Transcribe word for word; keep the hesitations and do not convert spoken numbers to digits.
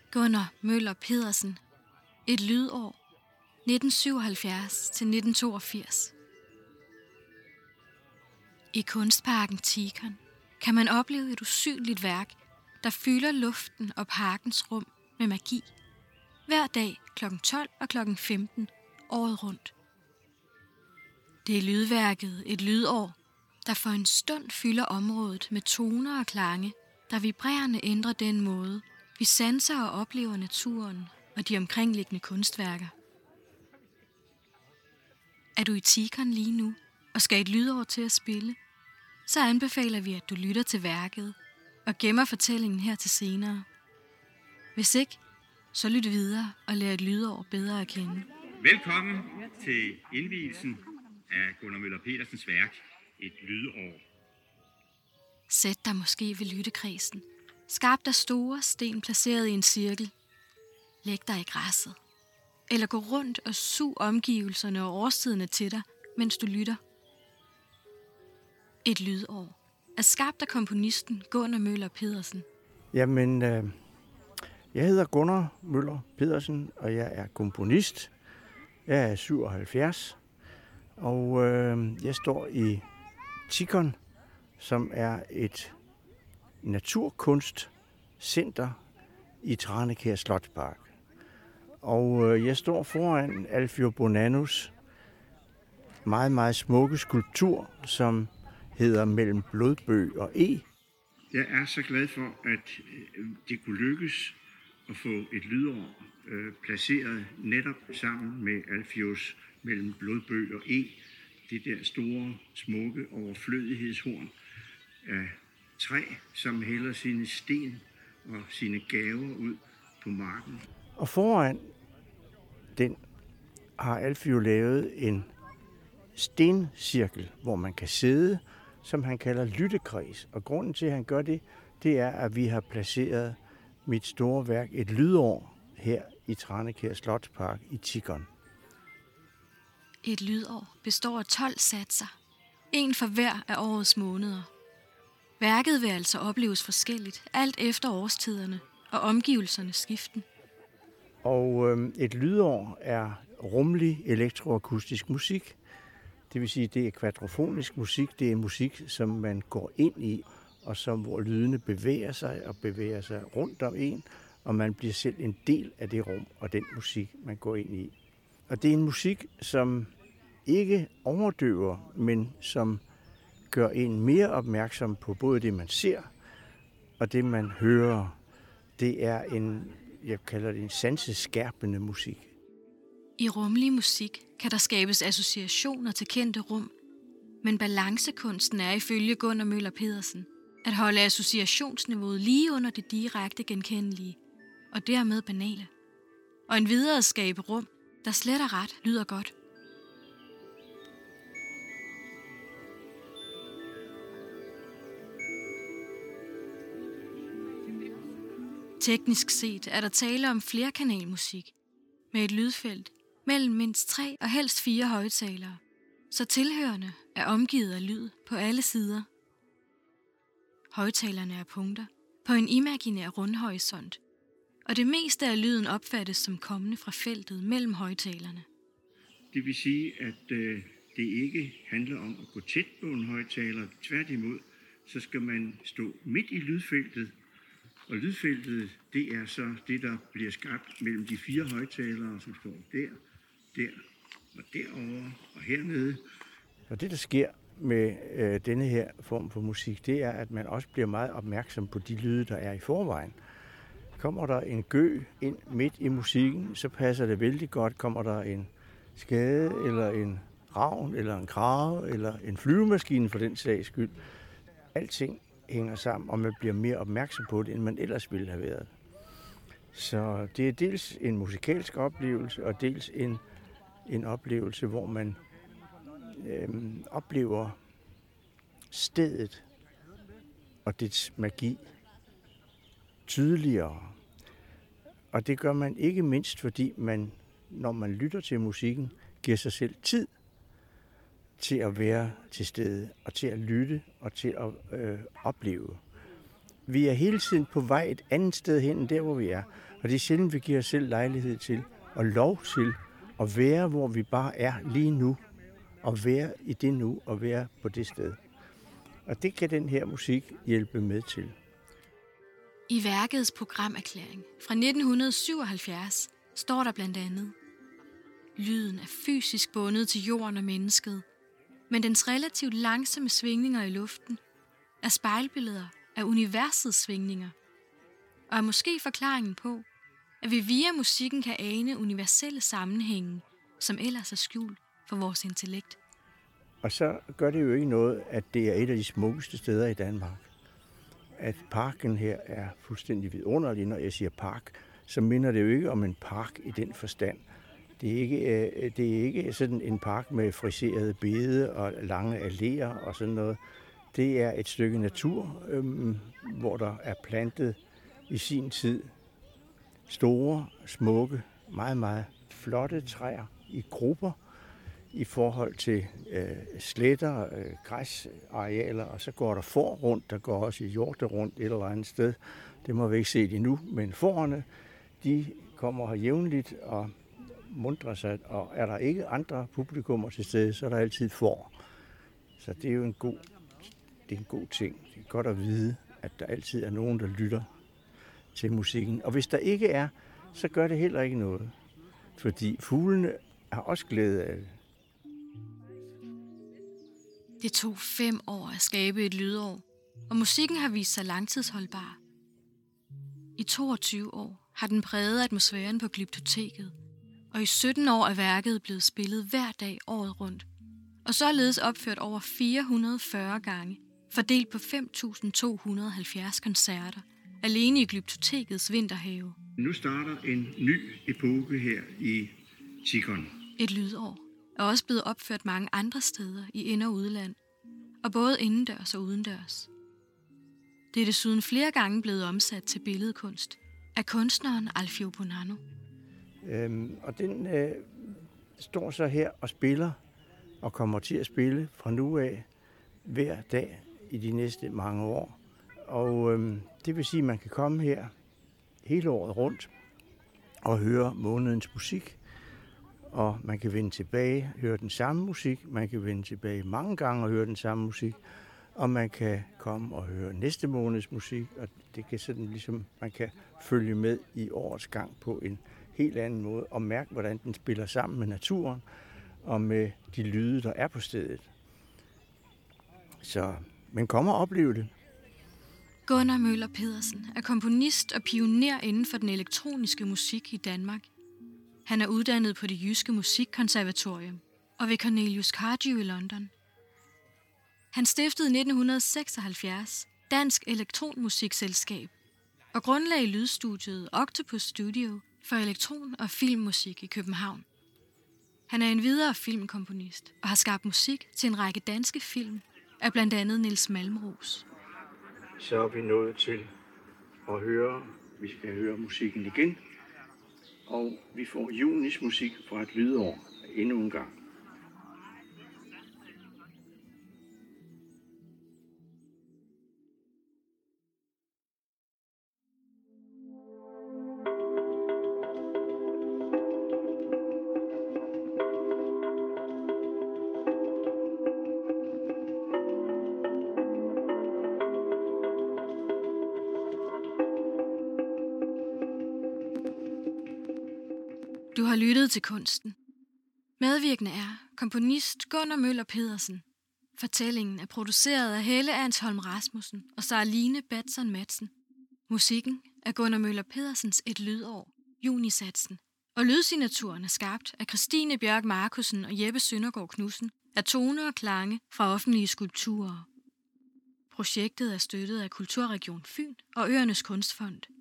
Gunnar Møller Pedersen. Et lydår. nitten syvoghalvfjerds til nitten toogfirs. I kunstparken Tikon kan man opleve et usynligt værk, der fylder luften og parkens rum med magi. Hver dag klokken tolv og klokken femten året rundt. Det er lydværket Et lydår, der for en stund fylder området med toner og klange, der vibrerende ændrer den måde, vi sanser og oplever naturen og de omkringliggende kunstværker. Er du i Tikon lige nu og skal et lydår til at spille, så anbefaler vi, at du lytter til værket og gemmer fortællingen her til senere. Hvis ikke, så lyt videre og lær et lydår bedre at kende. Velkommen til indvielsen af Gunnar Møller Pedersens værk, Et lydår. Sæt dig måske ved lyttekredsen. Skab dig store sten placeret i en cirkel. Læg dig i græsset. Eller gå rundt og sug omgivelserne og årstiderne til dig, mens du lytter. Et lydår er skabt af komponisten Gunnar Møller Pedersen. Jamen, øh, jeg hedder Gunnar Møller Pedersen, og jeg er komponist. Jeg er syvoghalvfjerds, og øh, jeg står i Tikon, som er et naturkunstcenter i Tranekær Slotspark. Og øh, jeg står foran Alfio Bonannos meget, meget smukke skulptur, som hedder Mellem blodbøg og eg. Jeg er så glad for, at det kunne lykkes at få et lydår øh, placeret netop sammen med Alfios Mellem blodbøg og eg. Det der store, smukke overflødighedshorn af træ, som hælder sine sten og sine gaver ud på marken. Og foran den har Alfio lavet en stencirkel, hvor man kan sidde, som han kalder lyttekreds. Og grunden til, at han gør det, det er, at vi har placeret mit store værk, Et lydår, her i Tranekær Slotspark i Tikon. Et lydår består af tolv satser. En for hver af årets måneder. Værket vil altså opleves forskelligt, alt efter årstiderne og omgivelsernes skiften. Og øh, et lydår er rummelig elektroakustisk musik. Det vil sige, det er kvadrofonisk musik. Det er musik, som man går ind i, og som hvor lydene bevæger sig og bevæger sig rundt om en, og man bliver selv en del af det rum og den musik, man går ind i. Og det er en musik, som ikke overdøver, men som gør en mere opmærksom på både det, man ser og det, man hører. Det er en, jeg kalder det en sanseskærpende musik. I rummelig musik kan der skabes associationer til kendte rum, men balancekunsten er ifølge Gunnar Møller Pedersen at holde associationsniveauet lige under det direkte genkendelige, og dermed banale, og en videre skabe rum, der slet og ret lyder godt. Teknisk set er der tale om flerkanalmusik med et lydfelt mellem mindst tre og helst fire højttalere, så tilhørende er omgivet af lyd på alle sider. Højttalerne er punkter på en imaginær rundhorisont, og det meste af lyden opfattes som kommende fra feltet mellem højttalerne. Det vil sige, at øh, det ikke handler om at gå tæt på en højttaler. Tværtimod, så skal man stå midt i lydfeltet, og lydfeltet, det er så det, der bliver skabt mellem de fire højttalere, som står der, der og derovre og hernede. Og det, der sker med øh, denne her form for musik, det er, at man også bliver meget opmærksom på de lyde, der er i forvejen. Kommer der en gø ind midt i musikken, så passer det vældig godt. Kommer der en skade, eller en ravn, eller en krage, eller en flyvemaskine for den sags skyld. Alting hænger sammen, og man bliver mere opmærksom på det, end man ellers ville have været. Så det er dels en musikalsk oplevelse, og dels en, en oplevelse, hvor man øh, oplever stedet og dets magi tydeligere. Og det gør man ikke mindst, fordi man, når man lytter til musikken, giver sig selv tid til at være til stede, og til at lytte, og til at øh, opleve. Vi er hele tiden på vej et andet sted hen end der, hvor vi er. Og det er sjældent, vi giver os selv lejlighed til og lov til at være, hvor vi bare er lige nu. Og være i det nu og være på det sted. Og det kan den her musik hjælpe med til. I værkets programerklæring fra nitten syvoghalvfjerds står der blandt andet: lyden er fysisk bundet til jorden og mennesket, men dens relativt langsomme svingninger i luften er spejlbilleder af universets svingninger, og er måske forklaringen på, at vi via musikken kan ane universelle sammenhænge, som ellers er skjult for vores intellekt. Og så gør det jo ikke noget, at det er et af de smukkeste steder i Danmark. At parken her er fuldstændig vidunderlig. Når jeg siger park, så minder det jo ikke om en park i den forstand. Det er ikke, det er ikke sådan en park med friserede bede og lange alléer og sådan noget. Det er et stykke natur, øhm, hvor der er plantet i sin tid store, smukke, meget, meget flotte træer i grupper i forhold til øh, sletter, øh, græsarealer, og så går der får rundt, der går også hjorte rundt et eller andet sted. Det må vi ikke se endnu, men fårene, de kommer her jævnligt og mundrer sig, og er der ikke andre publikummer til stede, så er der altid får. Så det er jo en god, det er en god ting. Det er godt at vide, at der altid er nogen, der lytter til musikken. Og hvis der ikke er, så gør det heller ikke noget. Fordi fuglene har også glæde af det. Det tog fem år at skabe et lydår, og musikken har vist sig langtidsholdbar. I toogtyve år har den præget atmosfæren på Glyptoteket, og i sytten år er værket blevet spillet hver dag året rundt, og således opført over fire hundrede og fyrre gange, fordelt på fem tusind to hundrede og halvfjerds koncerter, alene i Glyptotekets vinterhave. Nu starter en ny epoke her i Tikon. Et lydår er også blevet opført mange andre steder i ind- og udland, og både indendørs og udendørs. Det er desuden flere gange blevet omsat til billedkunst af kunstneren Alfio Bonanno. Øhm, og den øh, står så her og spiller, og kommer til at spille fra nu af hver dag i de næste mange år. Og øhm, det vil sige, at man kan komme her hele året rundt og høre månedens musik. Og man kan vende tilbage og høre den samme musik. Man kan vende tilbage mange gange og høre den samme musik. Og man kan komme og høre næste måneds musik. Og det kan sådan ligesom, man kan følge med i årets gang på en helt anden måde. Og mærke, hvordan den spiller sammen med naturen og med de lyde, der er på stedet. Så man kommer og opleve det. Gunnar Møller Pedersen er komponist og pioner inden for den elektroniske musik i Danmark. Han er uddannet på Det Jyske Musikkonservatorium og ved Cornelius Cardew i London. Han stiftede i nitten seksoghalvfjerds Dansk Elektronmusikselskab og grundlagde lydstudiet Octopus Studio for elektron- og filmmusik i København. Han er endvidere filmkomponist og har skabt musik til en række danske film af blandt andet Niels Malmros. Så er vi nået til at høre, vi skal høre musikken igen, og vi får Junis musik fra et lydår endnu en gang. Du har lyttet til kunsten. Medvirkende er komponist Gunnar Møller Pedersen. Fortællingen er produceret af Helle Ansholm Rasmussen og Sarline Batson Madsen. Musikken er Gunnar Møller Pedersens Et lydår, Junisatsen. Og lydsignaturen er skabt af Christine Bjørk Markussen og Jeppe Søndergaard Knudsen af Tone og Klange fra Offentlige Skulpturer. Projektet er støttet af Kulturregion Fyn og Øernes Kunstfond.